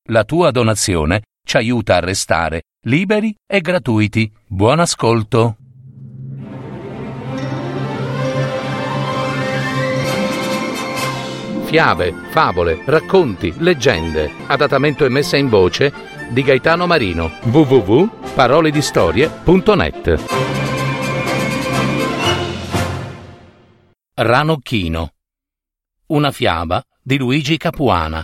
La tua donazione ci aiuta a restare liberi e gratuiti. Buon ascolto. Fiabe, favole, racconti, leggende. Adattamento e messa in voce di Gaetano Marino. www.paroledistorie.net. Ranocchino. Una fiaba di Luigi Capuana.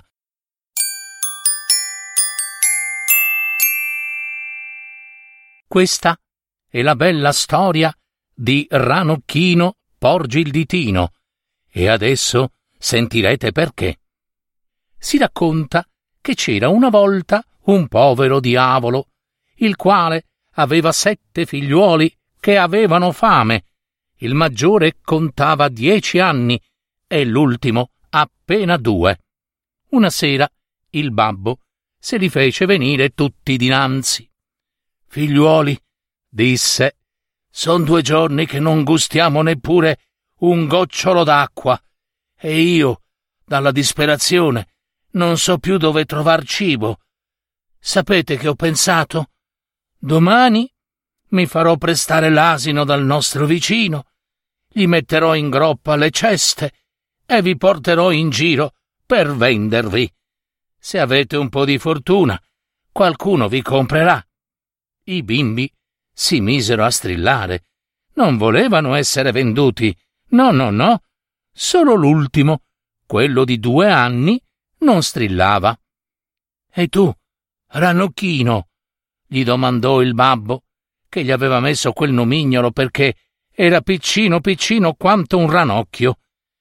Questa è la bella storia di Ranocchino Porgi il ditino, e adesso sentirete perché. Si racconta che c'era una volta un povero diavolo, il quale aveva 7 figliuoli che avevano fame. Il maggiore contava 10 anni e l'ultimo appena 2. Una sera il babbo se li fece venire tutti dinanzi. «Figliuoli», disse, «son 2 giorni che non gustiamo neppure un gocciolo d'acqua, e io, dalla disperazione, non so più dove trovar cibo. Sapete che ho pensato? Domani mi farò prestare l'asino dal nostro vicino, gli metterò in groppa le ceste e vi porterò in giro per vendervi. Se avete un po' di fortuna, qualcuno vi comprerà». I bimbi si misero a strillare. Non volevano essere venduti. No. Solo l'ultimo, quello di 2 anni, non strillava. «E tu, Ranocchino?» gli domandò il babbo, che gli aveva messo quel nomignolo perché era piccino quanto un ranocchio.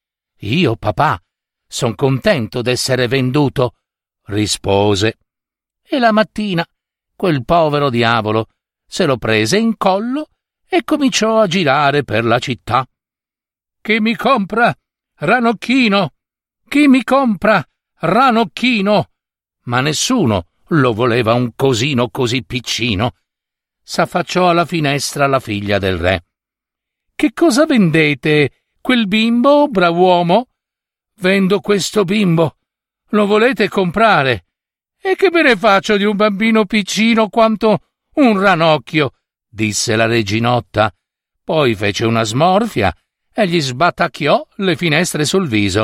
«Io, papà, son contento d'essere venduto», rispose. E la mattina quel povero diavolo se lo prese in collo e cominciò a girare per la città. «Chi mi compra, Ranocchino? Chi mi compra, Ranocchino?» Ma nessuno lo voleva un cosino così piccino. S'affacciò alla finestra la figlia del re. «Che cosa vendete? Quel bimbo, brav'uomo?» «Vendo questo bimbo. Lo volete comprare?» «E che me ne faccio di un bambino piccino quanto un ranocchio?» disse la reginotta. Poi fece una smorfia e gli sbatacchiò le finestre sul viso.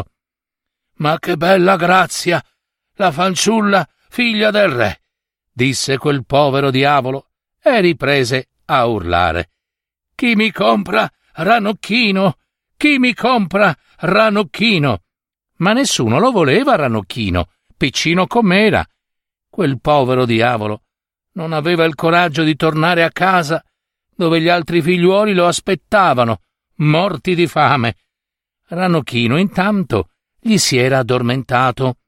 «Ma che bella grazia, la fanciulla figlia del re!» disse quel povero diavolo e riprese a urlare. «Chi mi compra, Ranocchino? Chi mi compra, Ranocchino?» Ma nessuno lo voleva Ranocchino, piccino com'era. Quel povero diavolo non aveva il coraggio di tornare a casa, dove gli altri figliuoli lo aspettavano, morti di fame. Ranocchino intanto gli si era addormentato.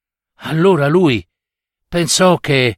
Allora lui pensò che,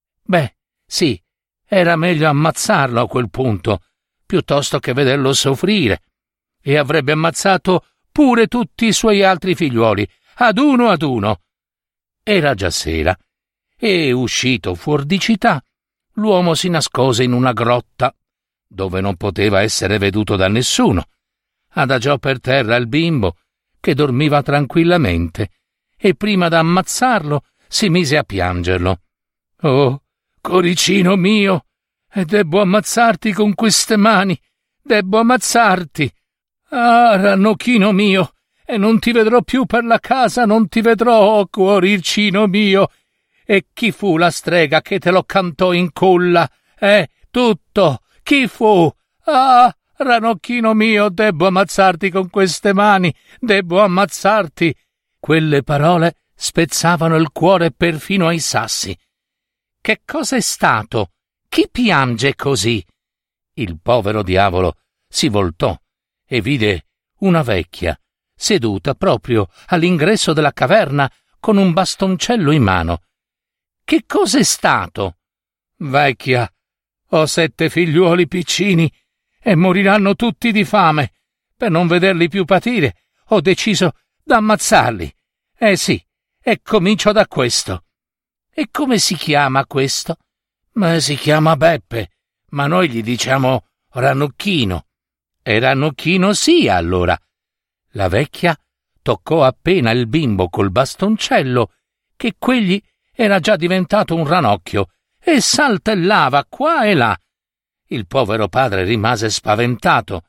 sì, era meglio ammazzarlo a quel punto, piuttosto che vederlo soffrire, e avrebbe ammazzato pure tutti i suoi altri figliuoli, ad uno. Era già sera, e uscito fuor di città, l'uomo si nascose in una grotta, dove non poteva essere veduto da nessuno. Adagiò per terra il bimbo, che dormiva tranquillamente, e prima d'ammazzarlo si mise a piangerlo. «Oh, coricino mio, debbo ammazzarti con queste mani, debbo ammazzarti. Ah, Ranocchino mio, e non ti vedrò più per la casa, non ti vedrò, cuoricino mio. E chi fu la strega che te lo cantò in culla? Tutto, chi fu? Ah, Ranocchino mio, debbo ammazzarti con queste mani, debbo ammazzarti». Quelle parole spezzavano il cuore perfino ai sassi. «Che cosa è stato? Chi piange così?» Il povero diavolo si voltò e vide una vecchia seduta proprio all'ingresso della caverna con un bastoncello in mano. «Che cos'è stato?» «Vecchia, ho 7 figliuoli piccini e moriranno tutti di fame. Per non vederli più patire, ho deciso d'ammazzarli. Sì, e comincio da questo». «E come si chiama questo?» «Ma si chiama Beppe, ma noi gli diciamo Ranocchino». «E Ranocchino sia, allora». La vecchia toccò appena il bimbo col bastoncello, che quegli era già diventato un ranocchio e saltellava qua e là. Il povero padre rimase spaventato.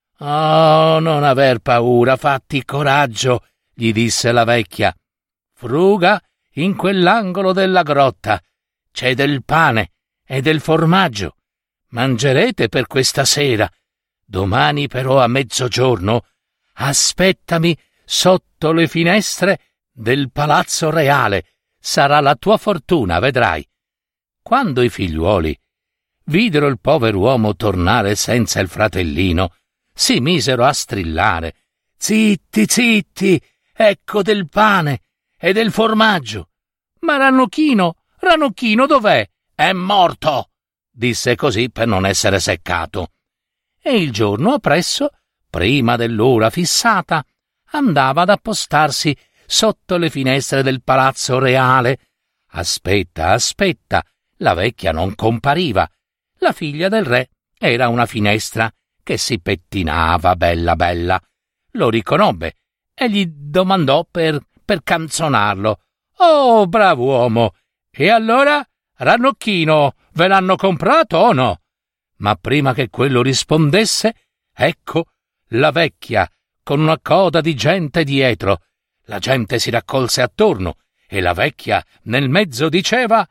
«Oh, non aver paura, fatti coraggio», gli disse la vecchia. «Fruga, in quell'angolo della grotta c'è del pane e del formaggio. Mangerete per questa sera. Domani però a mezzogiorno aspettami sotto le finestre del palazzo reale. Sarà la tua fortuna, vedrai». Quando i figliuoli videro il pover'uomo tornare senza il fratellino, si misero a strillare. «Zitti, zitti, ecco del pane e del formaggio». «Ma Ranocchino, Ranocchino dov'è?» «È morto», disse così per non essere seccato. E il giorno appresso, prima dell'ora fissata, andava ad appostarsi sotto le finestre del palazzo reale. Aspetta, aspetta, la vecchia non compariva. La figlia del re era una finestra che si pettinava bella bella. Lo riconobbe e gli domandò per canzonarlo. «Oh, bravo uomo! E allora, Ranocchino, ve l'hanno comprato o no?» Ma prima che quello rispondesse, ecco la vecchia con una coda di gente dietro. La gente si raccolse attorno e la vecchia nel mezzo diceva: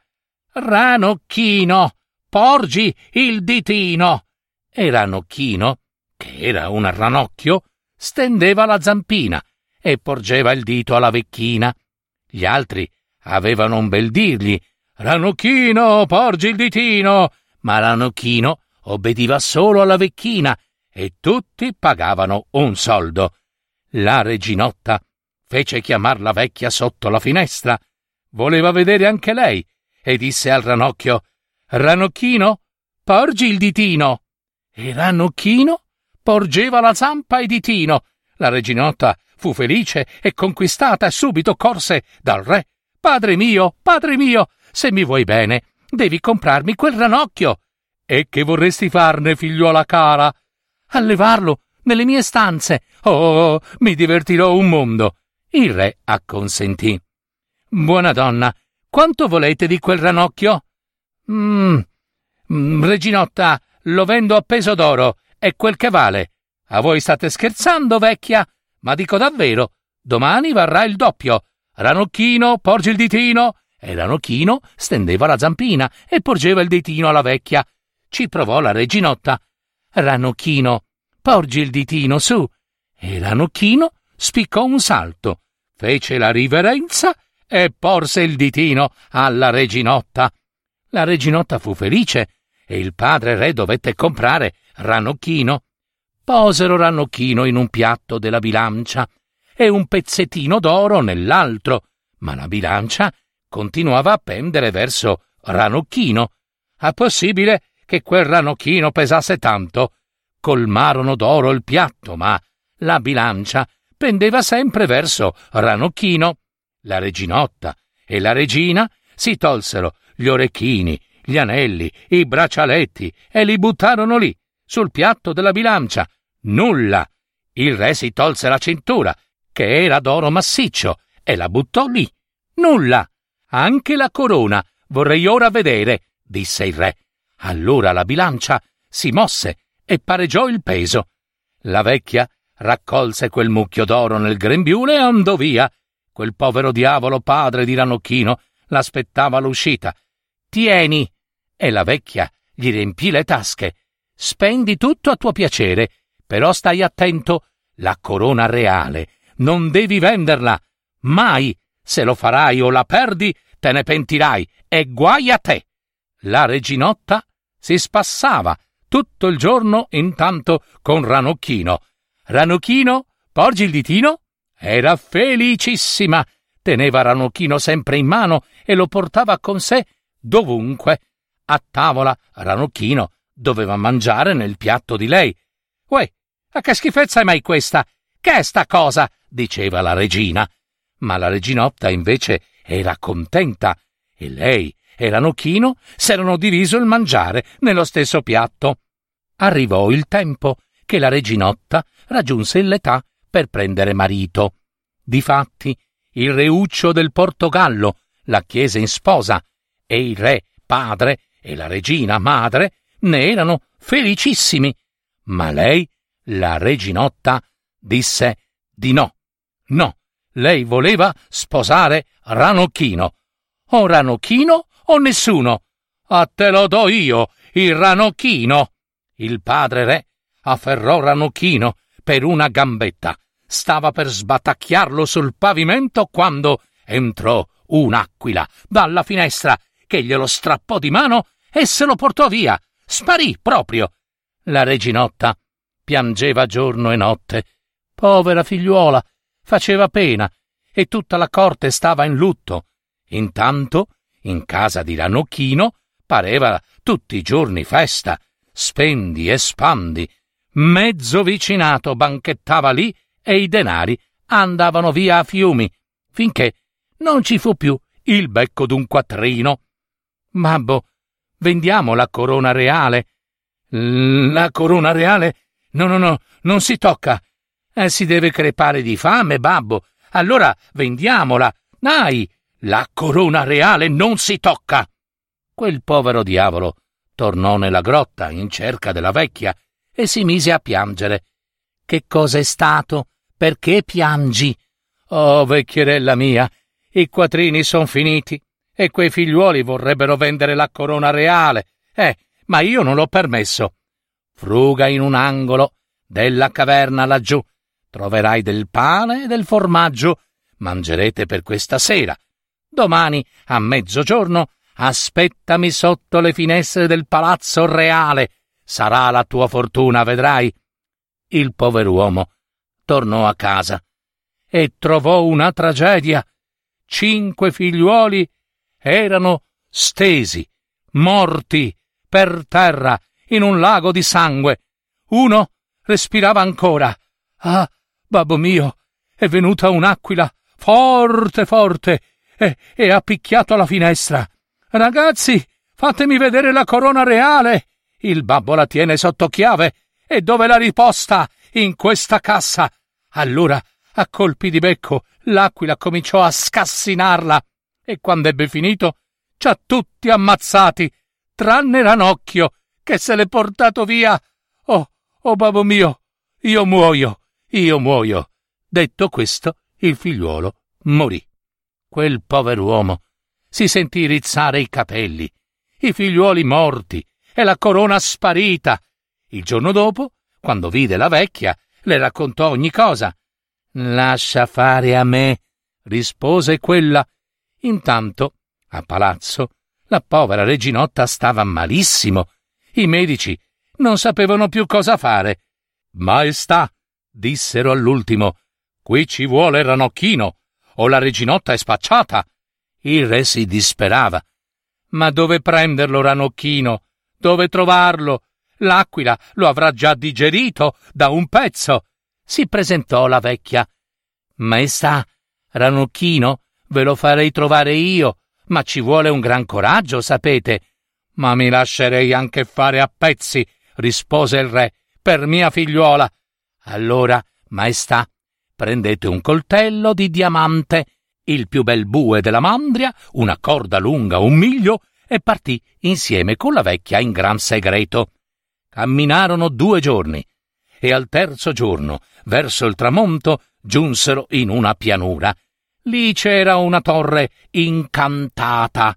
«Ranocchino, porgi il ditino!» E Ranocchino, che era un ranocchio, stendeva la zampina e porgeva il dito alla vecchina. Gli altri avevano un bel dirgli: «Ranocchino, porgi il ditino!» Ma Ranocchino obbediva solo alla vecchina e tutti pagavano un soldo. La reginotta fece chiamar la vecchia sotto la finestra. Voleva vedere anche lei e disse al ranocchio: «Ranocchino, porgi il ditino!» E Ranocchino porgeva la zampa e ditino. La reginotta fu felice e conquistata e subito corse dal re. Padre mio, se mi vuoi bene, devi comprarmi quel ranocchio». «E che vorresti farne, figliuola cara?» «Allevarlo nelle mie stanze. Oh, mi divertirò un mondo». Il re acconsentì. «Buona donna, quanto volete di quel ranocchio?» Reginotta, lo vendo a peso d'oro, è quel che vale». «A voi state scherzando, vecchia?» «Ma dico davvero, domani varrà il doppio. Ranocchino, porgi il ditino». E Ranocchino stendeva la zampina e porgeva il ditino alla vecchia. Ci provò la reginotta. «Ranocchino, porgi il ditino su». E Ranocchino spiccò un salto, fece la riverenza e porse il ditino alla reginotta. La reginotta fu felice e il padre re dovette comprare Ranocchino. Posero Ranocchino in un piatto della bilancia e un pezzettino d'oro nell'altro, ma la bilancia continuava a pendere verso Ranocchino. «Ah, possibile che quel Ranocchino pesasse tanto?» Colmarono d'oro il piatto, ma la bilancia pendeva sempre verso Ranocchino. La reginotta e la regina si tolsero gli orecchini, gli anelli, i braccialetti e li buttarono lì, sul piatto della bilancia. Nulla! Il re si tolse la cintura, che era d'oro massiccio, e la buttò lì. Nulla! Anche la corona vorrei ora vedere, disse il re. Allora la bilancia si mosse e pareggiò il peso. La vecchia raccolse quel mucchio d'oro nel grembiule e andò via. Quel povero diavolo padre di Ranocchino l'aspettava all'uscita. «Tieni!» E la vecchia gli riempì le tasche. «Spendi tutto a tuo piacere, però stai attento, la corona reale non devi venderla. Mai! Se lo farai o la perdi, te ne pentirai e guai a te!» La reginotta si spassava tutto il giorno intanto con Ranocchino. «Ranocchino, porgi il ditino?» Era felicissima. Teneva Ranocchino sempre in mano e lo portava con sé dovunque. A tavola Ranocchino doveva mangiare nel piatto di lei. «Uè, a che schifezza è mai questa? Che è sta cosa?» diceva la regina. Ma la reginotta invece era contenta e lei e Ranocchino s'erano diviso il mangiare nello stesso piatto. Arrivò il tempo che la reginotta raggiunse l'età per prendere marito. Difatti, il reuccio del Portogallo la chiese in sposa, e il re padre e la regina madre ne erano felicissimi. Ma lei, la reginotta, disse di no. No, lei voleva sposare Ranocchino. O Ranocchino o nessuno. A te lo do io, il Ranocchino. Il padre re afferrò Ranocchino per una gambetta. Stava per sbatacchiarlo sul pavimento quando entrò un'aquila dalla finestra che glielo strappò di mano e se lo portò via. Sparì proprio. La reginotta piangeva giorno e notte. Povera figliuola, faceva pena e tutta la corte stava in lutto. Intanto, in casa di Ranocchino, pareva tutti i giorni festa, spendi e spandi. Mezzo vicinato banchettava lì e i denari andavano via a fiumi, finché non ci fu più il becco d'un quattrino. Babbo, vendiamo la corona reale. La corona reale? No, non si tocca. Si deve crepare di fame, babbo. Allora vendiamola. Dai, la corona reale non si tocca. Quel povero diavolo tornò nella grotta in cerca della vecchia e si mise a piangere. Che cosa è stato? Perché piangi? Oh, vecchierella mia, i quattrini son finiti e quei figliuoli vorrebbero vendere la corona reale. Ma io non l'ho permesso. Fruga in un angolo della caverna laggiù. Troverai del pane e del formaggio. Mangerete per questa sera. Domani, a mezzogiorno, aspettami sotto le finestre del palazzo reale. Sarà la tua fortuna, vedrai. Il pover'uomo tornò a casa e trovò una tragedia. 5 figliuoli erano stesi, morti, per terra, in un lago di sangue. Uno respirava ancora. Ah, babbo mio, è venuta un'aquila forte, forte, e ha picchiato alla finestra. Ragazzi, fatemi vedere la corona reale. Il babbo la tiene sotto chiave. E dove l'ha riposta? In questa cassa. Allora, a colpi di becco, l'aquila cominciò a scassinarla. E quando ebbe finito, ci ha tutti ammazzati, tranne Ranocchio, che se l'è portato via. Oh, babbo mio, io muoio. Detto questo, il figliuolo morì. Quel pover'uomo si sentì rizzare i capelli. I figliuoli morti e la corona sparita. Il giorno dopo, quando vide la vecchia, le raccontò ogni cosa. «Lascia fare a me», rispose quella. Intanto, a palazzo, la povera reginotta stava malissimo. I medici non sapevano più cosa fare. «Maestà», dissero all'ultimo, «qui ci vuole Ranocchino, o la reginotta è spacciata». Il re si disperava. «Ma dove prenderlo Ranocchino? Dove trovarlo? L'aquila lo avrà già digerito da un pezzo». Si presentò la vecchia. «Maestà, Ranocchino ve lo farei trovare io, ma ci vuole un gran coraggio, sapete». «Ma mi lascerei anche fare a pezzi», rispose il re, «per mia figliuola». «Allora, maestà, prendete un coltello di diamante, il più bel bue della mandria, una corda lunga 1 miglio», e partì insieme con la vecchia in gran segreto. Camminarono 2 giorni e al terzo giorno, verso il tramonto, giunsero in una pianura. Lì c'era una torre incantata,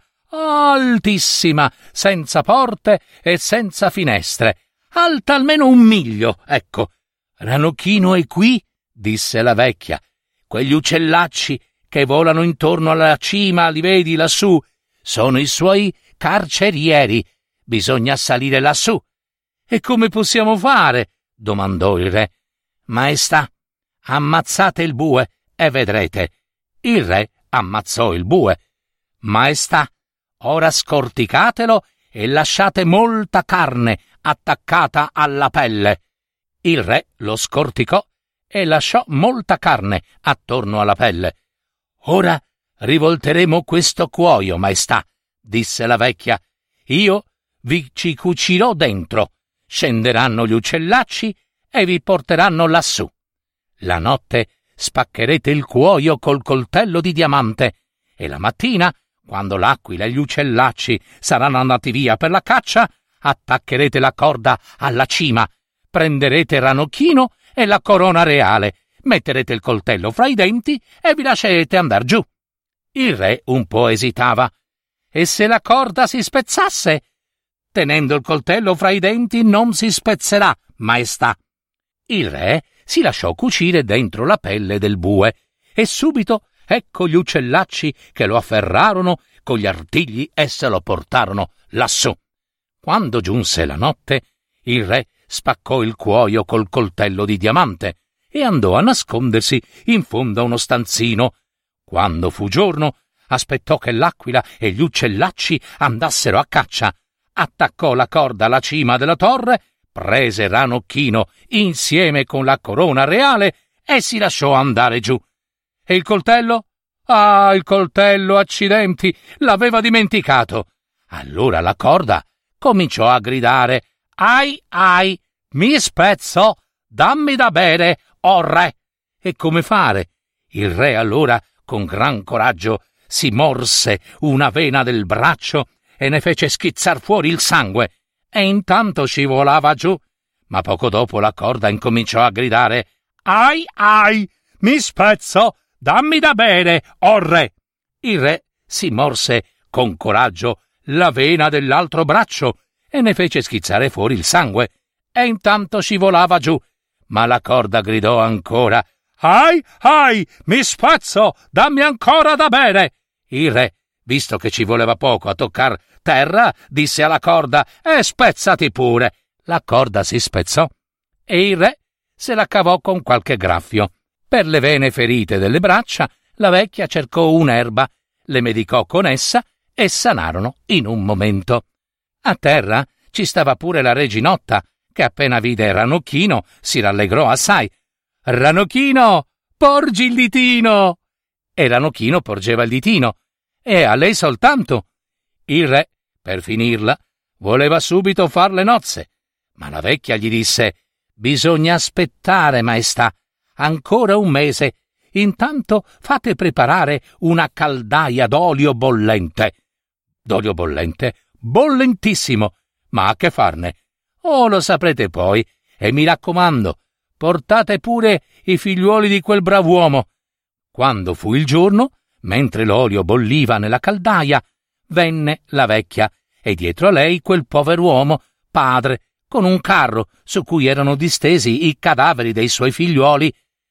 altissima, senza porte e senza finestre, alta almeno 1 miglio, ecco. «Ranocchino è qui», disse la vecchia. «Quegli uccellacci che volano intorno alla cima, li vedi lassù? Sono i suoi carcerieri. Bisogna salire lassù». «E come possiamo fare?» domandò il re. «Maestà, ammazzate il bue e vedrete». Il re ammazzò il bue. «Maestà, ora scorticatelo e lasciate molta carne attaccata alla pelle». Il re lo scorticò e lasciò molta carne attorno alla pelle. «Ora rivolteremo questo cuoio, maestà», disse la vecchia. «Io vi ci cucirò dentro. Scenderanno gli uccellacci e vi porteranno lassù. La notte spaccherete il cuoio col coltello di diamante e la mattina, Quando l'aquila e gli uccellacci saranno andati via per la caccia, attaccherete la corda alla cima, prenderete Ranocchino e la corona reale, metterete il coltello fra i denti e vi lascerete andar giù. Il re un po' esitava. E se la corda si spezzasse? Tenendo il coltello fra i denti non si spezzerà, maestà. Il re si lasciò cucire dentro la pelle del bue e subito ecco gli uccellacci che lo afferrarono con gli artigli e se lo portarono lassù. Quando giunse la notte, il re spaccò il cuoio col coltello di diamante e andò a nascondersi in fondo a uno stanzino. Quando fu giorno, aspettò che l'aquila e gli uccellacci andassero a caccia, attaccò la corda alla cima della torre, prese Ranocchino insieme con la corona reale e si lasciò andare giù. E il coltello? Ah, il coltello, accidenti, l'aveva dimenticato. Allora la corda cominciò a gridare: «Ai, ai, mi spezzo, dammi da bere, o re!» E come fare? Il re allora, con gran coraggio, si morse una vena del braccio e ne fece schizzar fuori il sangue, e intanto scivolava giù. Ma poco dopo la corda incominciò a gridare: «Ai, ai, mi spezzo, dammi da bere, o re!» Il re si morse con coraggio la vena dell'altro braccio e ne fece schizzare fuori il sangue, e intanto scivolava giù. Ma la corda gridò ancora: «Ai, ai, mi spezzo, dammi ancora da bere!» Il re, visto che ci voleva poco a toccar terra, disse alla corda: «Spezzati pure!» La corda si spezzò e il re se la cavò con qualche graffio. Per le vene ferite delle braccia, la vecchia cercò un'erba, le medicò con essa e sanarono in un momento. A terra ci stava pure la reginotta, che appena vide Ranocchino si rallegrò assai. «Ranocchino, porgi il ditino!» E Ranocchino porgeva il ditino. «E a lei soltanto?» Il re, per finirla, voleva subito far le nozze, ma la vecchia gli disse: «Bisogna aspettare, maestà, ancora un mese. Intanto fate preparare una caldaia d'olio bollente». «D'olio bollente? Bollentissimo! Ma a che farne?» «Oh, lo saprete poi, e mi raccomando, portate pure i figliuoli di quel brav'uomo». Quando fu il giorno, mentre l'olio bolliva nella caldaia, venne la vecchia e dietro a lei quel pover'uomo, padre, con un carro su cui erano distesi i cadaveri dei suoi figliuoli.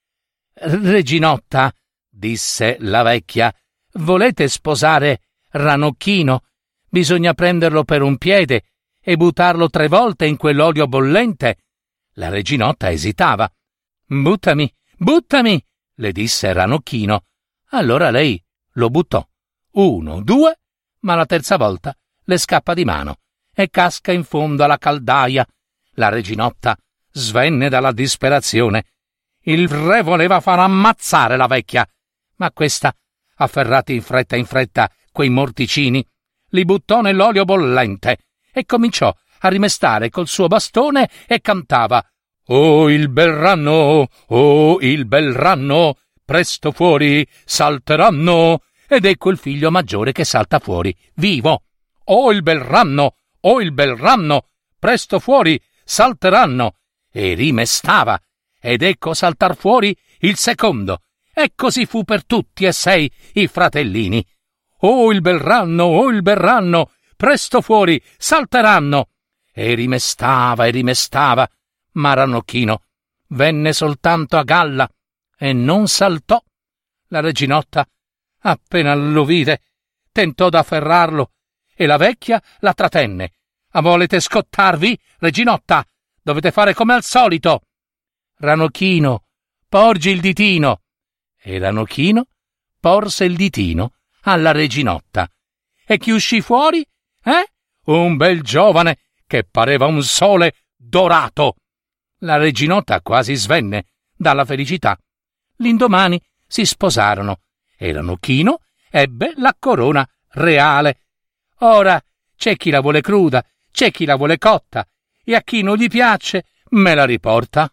«Reginotta», disse la vecchia, «volete sposare Ranocchino? Bisogna prenderlo per un piede e buttarlo 3 volte in quell'olio bollente». La reginotta esitava. «Buttami, buttami», le disse Ranocchino. Allora lei lo buttò. 1, 2, ma la terza volta le scappa di mano e casca in fondo alla caldaia. La reginotta svenne dalla disperazione. Il re voleva far ammazzare la vecchia, ma questa, afferrati in fretta quei morticini, li buttò nell'olio bollente e cominciò a rimestare col suo bastone e cantava: «Oh, il bel ranno, oh, il bel ranno, presto fuori salteranno». Ed ecco il figlio maggiore che salta fuori, vivo. «Oh, il bel ranno, oh, il bel ranno, presto fuori salteranno». E rimestava, ed ecco saltar fuori il secondo, e così fu per tutti e 6 i fratellini. «Oh, il bel ranno, presto fuori salteranno». E rimestava, ma Ranocchino venne soltanto a galla e non saltò. La reginotta, appena lo vide, tentò d'afferrarlo e la vecchia la tratenne. «Ah, volete scottarvi, reginotta? Dovete fare come al solito». «Ranocchino, porgi il ditino». E Ranocchino porse il ditino alla reginotta. E chi uscì fuori? Un bel giovane che pareva un sole dorato. La reginotta quasi svenne dalla felicità. L'indomani si sposarono e Ranocchino ebbe la corona reale. Ora c'è chi la vuole cruda, c'è chi la vuole cotta, e a chi non gli piace me la riporta.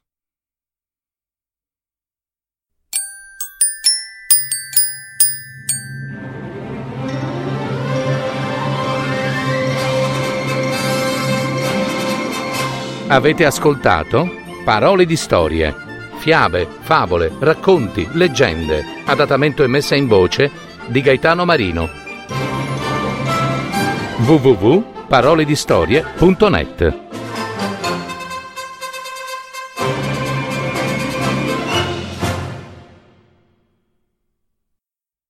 Avete ascoltato Parole di storie, fiabe, favole, racconti, leggende, adattamento e messa in voce di Gaetano Marino. www.paroledistorie.net